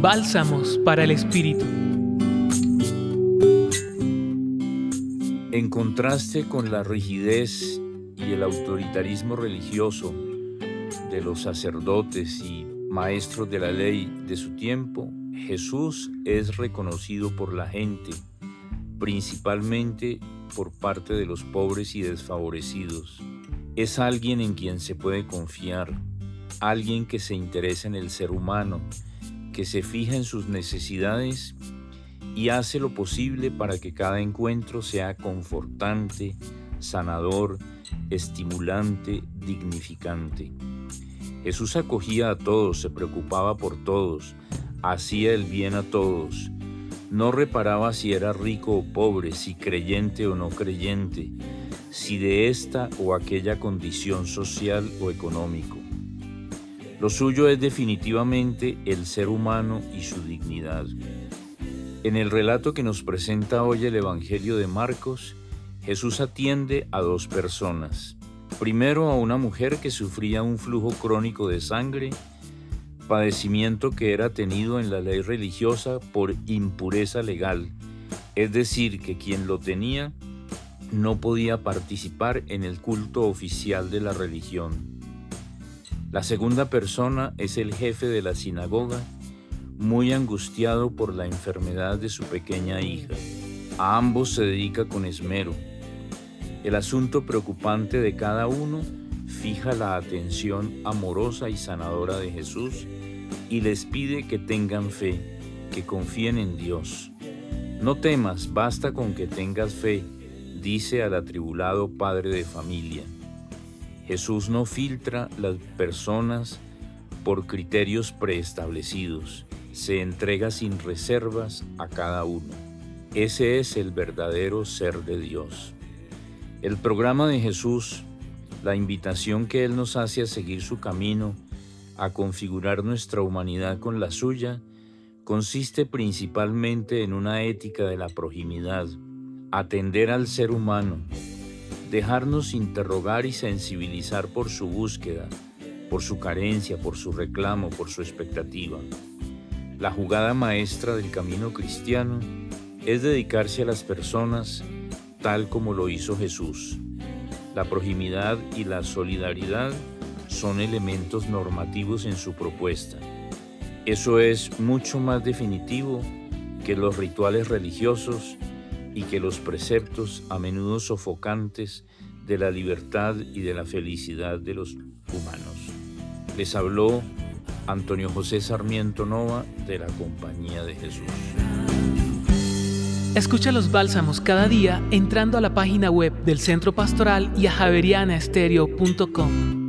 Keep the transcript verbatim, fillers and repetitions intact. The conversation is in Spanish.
Bálsamos para el Espíritu. En contraste con la rigidez y el autoritarismo religioso de los sacerdotes y maestros de la ley de su tiempo, Jesús es reconocido por la gente, principalmente por parte de los pobres y desfavorecidos. Es alguien en quien se puede confiar, alguien que se interesa en el ser humano, que se fija en sus necesidades y hace lo posible para que cada encuentro sea confortante, sanador, estimulante, dignificante. Jesús acogía a todos, se preocupaba por todos, hacía el bien a todos. No reparaba si era rico o pobre, si creyente o no creyente, si de esta o aquella condición social o económico. Lo suyo es definitivamente el ser humano y su dignidad. En el relato que nos presenta hoy el Evangelio de Marcos, Jesús atiende a dos personas. Primero, a una mujer que sufría un flujo crónico de sangre, padecimiento que era tenido en la ley religiosa por impureza legal, es decir, que quien lo tenía no podía participar en el culto oficial de la religión. La segunda persona es el jefe de la sinagoga, muy angustiado por la enfermedad de su pequeña hija. A ambos se dedica con esmero. El asunto preocupante de cada uno fija la atención amorosa y sanadora de Jesús y les pide que tengan fe, que confíen en Dios. No temas, basta con que tengas fe, dice al atribulado padre de familia. Jesús no filtra las personas por criterios preestablecidos, se entrega sin reservas a cada uno. Ese es el verdadero ser de Dios. El programa de Jesús, la invitación que Él nos hace a seguir su camino, a configurar nuestra humanidad con la suya, consiste principalmente en una ética de la proximidad, atender al ser humano, dejarnos interrogar y sensibilizar por su búsqueda, por su carencia, por su reclamo, por su expectativa. La jugada maestra del camino cristiano es dedicarse a las personas tal como lo hizo Jesús. La proximidad y la solidaridad son elementos normativos en su propuesta. Eso es mucho más definitivo que los rituales religiosos y que los preceptos a menudo sofocantes de la libertad y de la felicidad de los humanos. Les habló Antonio José Sarmiento Nova de la Compañía de Jesús. Escucha los bálsamos cada día entrando a la página web del Centro Pastoral y a javeriana estéreo punto com.